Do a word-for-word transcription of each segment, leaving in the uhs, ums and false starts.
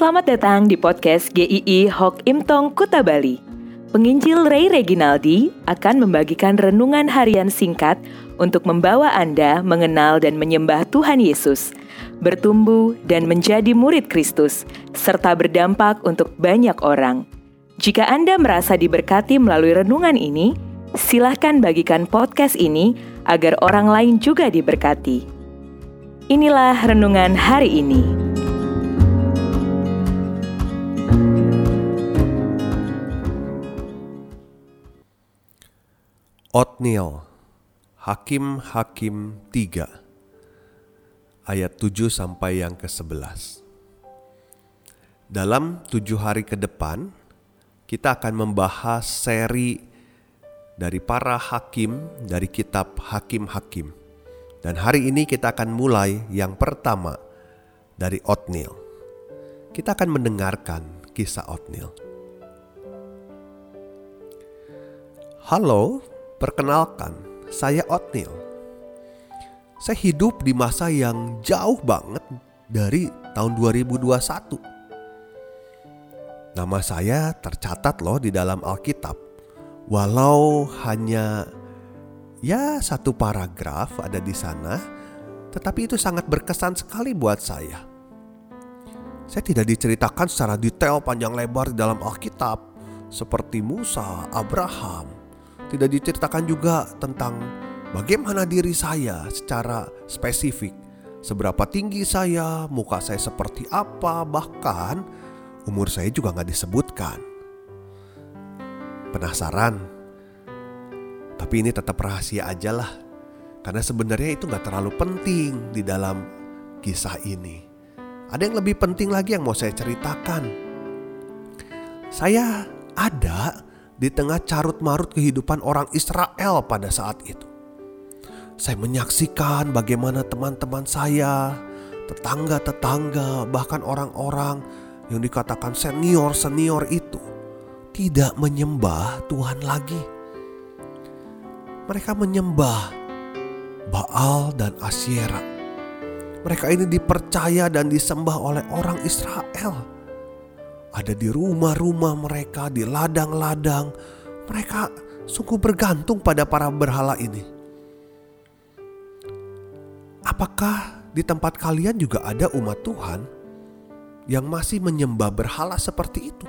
Selamat datang di podcast G I I Hok Imtong Kuta Bali. Penginjil Ray Reginaldi akan membagikan renungan harian singkat untuk membawa Anda mengenal dan menyembah Tuhan Yesus, bertumbuh dan menjadi murid Kristus, serta berdampak untuk banyak orang. Jika Anda merasa diberkati melalui renungan ini, silahkan bagikan podcast ini agar orang lain juga diberkati. Inilah renungan hari ini. Otniel, Hakim-Hakim tiga, ayat tujuh sampai yang ke sebelas. Dalam tujuh hari ke depan, kita akan membahas seri dari para hakim dari kitab Hakim-Hakim. Dan hari ini kita akan mulai yang pertama dari Otniel. Kita akan mendengarkan kisah Otniel. Halo, perkenalkan, saya Otniel. Saya hidup di masa yang jauh banget dari tahun dua ribu dua puluh satu. Nama saya tercatat loh di dalam Alkitab. Walau hanya ya satu paragraf ada di sana, tetapi itu sangat berkesan sekali buat saya. Saya tidak diceritakan secara detail panjang lebar di dalam Alkitab seperti Musa, Abraham. Tidak diceritakan juga tentang bagaimana diri saya secara spesifik. Seberapa tinggi saya, muka saya seperti apa, bahkan umur saya juga gak disebutkan. Penasaran? Tapi ini tetap rahasia aja lah. Karena sebenarnya itu gak terlalu penting di dalam kisah ini. Ada yang lebih penting lagi yang mau saya ceritakan. Saya ada di tengah carut-marut kehidupan orang Israel pada saat itu. Saya menyaksikan bagaimana teman-teman saya, tetangga-tetangga, bahkan orang-orang yang dikatakan senior-senior itu tidak menyembah Tuhan lagi. Mereka menyembah Baal dan Asyera. Mereka ini dipercaya dan disembah oleh orang Israel. Ada di rumah-rumah mereka, di ladang-ladang. Mereka sungguh bergantung pada para berhala ini. Apakah di tempat kalian juga ada umat Tuhan yang masih menyembah berhala seperti itu?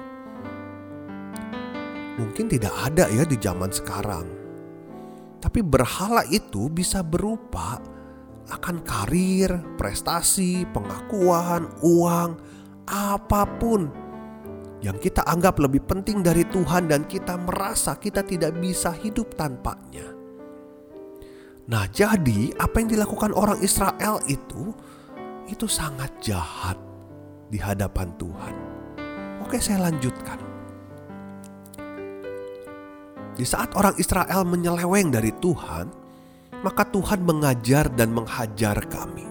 Mungkin tidak ada ya di zaman sekarang. Tapi berhala itu bisa berupa akan karir, prestasi, pengakuan, uang, apapun yang kita anggap lebih penting dari Tuhan dan kita merasa kita tidak bisa hidup tanpanya. Nah, jadi apa yang dilakukan orang Israel itu itu sangat jahat di hadapan Tuhan. Oke, saya lanjutkan. Di saat orang Israel menyeleweng dari Tuhan, maka Tuhan mengajar dan menghajar kami.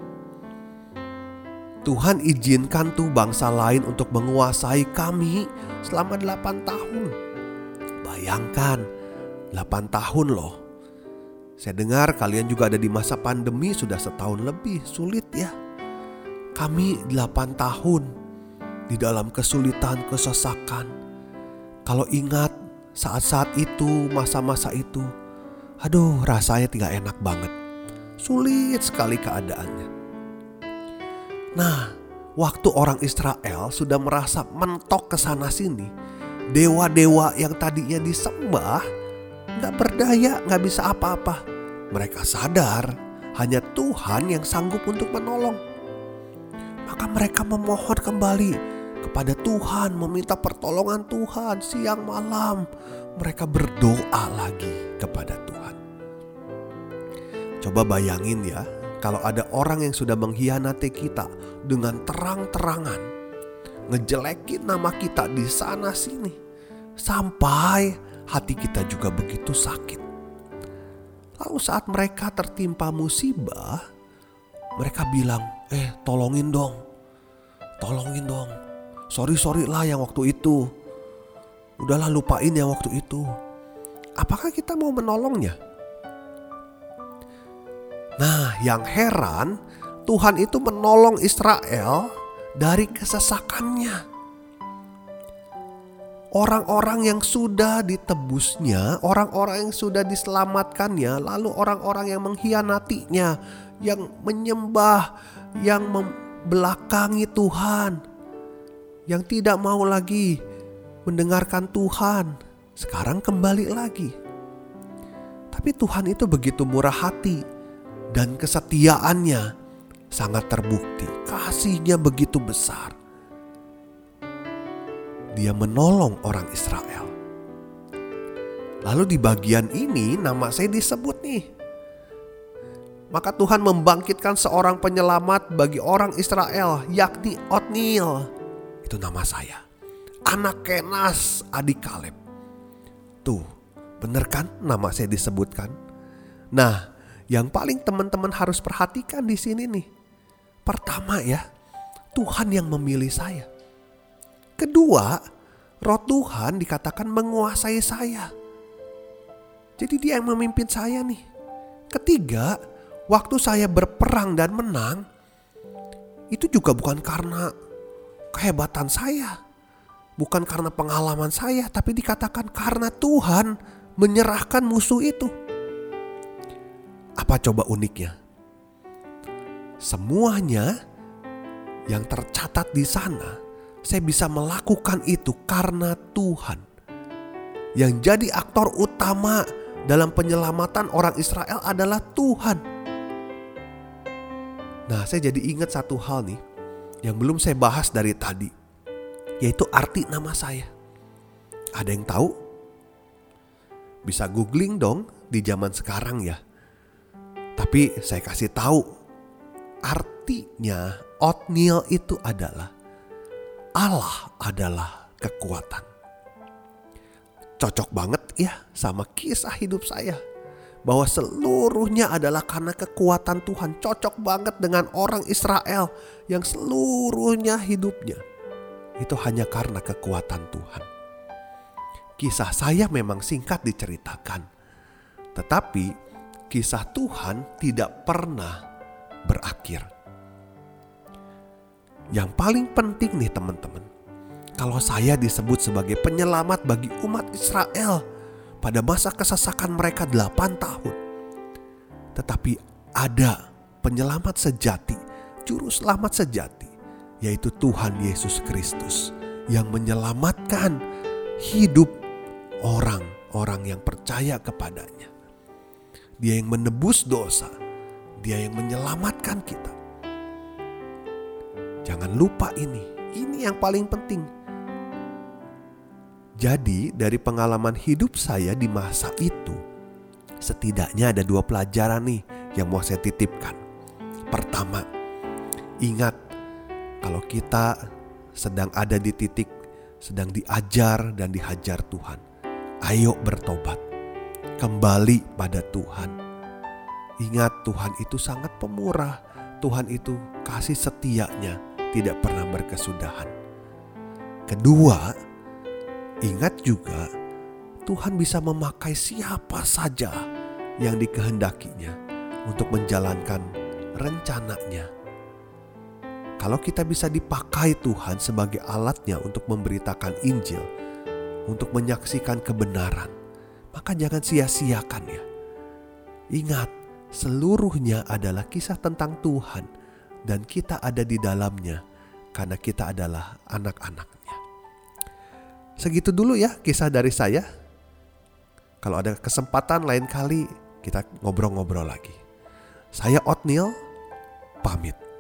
Tuhan izinkan tuh bangsa lain untuk menguasai kami selama delapan tahun. Bayangkan, delapan tahun loh. Saya dengar kalian juga ada di masa pandemi sudah setahun lebih, sulit ya. Kami delapan tahun di dalam kesulitan, kesesakan. Kalau ingat saat-saat itu, masa-masa itu, aduh rasanya tidak enak banget. Sulit sekali keadaannya. Nah, waktu orang Israel sudah merasa mentok ke sana sini, dewa-dewa yang tadinya disembah gak berdaya, gak bisa apa-apa. Mereka sadar hanya Tuhan yang sanggup untuk menolong. Maka mereka memohon kembali kepada Tuhan, meminta pertolongan Tuhan siang malam. Mereka berdoa lagi kepada Tuhan. Coba bayangin ya, kalau ada orang yang sudah mengkhianati kita dengan terang-terangan, ngejelekin nama kita di sana sini, sampai hati kita juga begitu sakit. Lalu saat mereka tertimpa musibah, mereka bilang, eh tolongin dong, tolongin dong. Sorry-sorry lah yang waktu itu. Udahlah lupain yang waktu itu. Apakah kita mau menolongnya? Nah, yang heran, Tuhan itu menolong Israel dari kesesakannya. Orang-orang yang sudah ditebusnya, orang-orang yang sudah diselamatkannya, lalu orang-orang yang mengkhianatinya, yang menyembah, yang membelakangi Tuhan, yang tidak mau lagi mendengarkan Tuhan, sekarang kembali lagi. Tapi Tuhan itu begitu murah hati dan kesetiaannya sangat terbukti. Kasih-Nya begitu besar. Dia menolong orang Israel. Lalu di bagian ini nama saya disebut nih. Maka Tuhan membangkitkan seorang penyelamat bagi orang Israel, yakni Otniel. Itu nama saya. Anak Kenas, adik Kaleb. Tuh, bener kan nama saya disebutkan? Nah, yang paling teman-teman harus perhatikan di sini nih. Pertama ya, Tuhan yang memilih saya. Kedua, Roh Tuhan dikatakan menguasai saya. Jadi dia yang memimpin saya nih. Ketiga, waktu saya berperang dan menang, itu juga bukan karena kehebatan saya, bukan karena pengalaman saya, tapi dikatakan karena Tuhan menyerahkan musuh itu. Apa coba uniknya? Semuanya yang tercatat di sana, saya bisa melakukan itu karena Tuhan. Yang jadi aktor utama dalam penyelamatan orang Israel adalah Tuhan. Nah, saya jadi ingat satu hal nih yang belum saya bahas dari tadi, yaitu arti nama saya. Ada yang tahu? Bisa googling dong di zaman sekarang ya. Tapi saya kasih tahu, artinya Otniel itu adalah Allah adalah kekuatan. Cocok banget ya sama kisah hidup saya. Bahwa seluruhnya adalah karena kekuatan Tuhan. Cocok banget dengan orang Israel yang seluruhnya hidupnya itu hanya karena kekuatan Tuhan. Kisah saya memang singkat diceritakan. Tetapi kisah Tuhan tidak pernah berakhir. Yang paling penting nih teman-teman, kalau saya disebut sebagai penyelamat bagi umat Israel pada masa kesesakan mereka delapan tahun. Tetapi ada penyelamat sejati, juru selamat sejati, yaitu Tuhan Yesus Kristus yang menyelamatkan hidup orang-orang yang percaya kepadanya. Dia yang menebus dosa, dia yang menyelamatkan kita. Jangan lupa ini, ini yang paling penting. Jadi dari pengalaman hidup saya di masa itu, setidaknya ada dua pelajaran nih yang mau saya titipkan. Pertama, ingat kalau kita sedang ada di titik, sedang diajar dan dihajar Tuhan, ayo bertobat, kembali pada Tuhan. Ingat Tuhan itu sangat pemurah, Tuhan itu kasih setianya tidak pernah berkesudahan. Kedua, ingat juga Tuhan bisa memakai siapa saja yang dikehendakinya untuk menjalankan rencananya. Kalau kita bisa dipakai Tuhan sebagai alatnya untuk memberitakan Injil, untuk menyaksikan kebenaran, maka jangan sia-siakan ya. Ingat, seluruhnya adalah kisah tentang Tuhan. Dan kita ada di dalamnya karena kita adalah anak-anaknya. Segitu dulu ya kisah dari saya. Kalau ada kesempatan lain kali kita ngobrol-ngobrol lagi. Saya Otniel, pamit.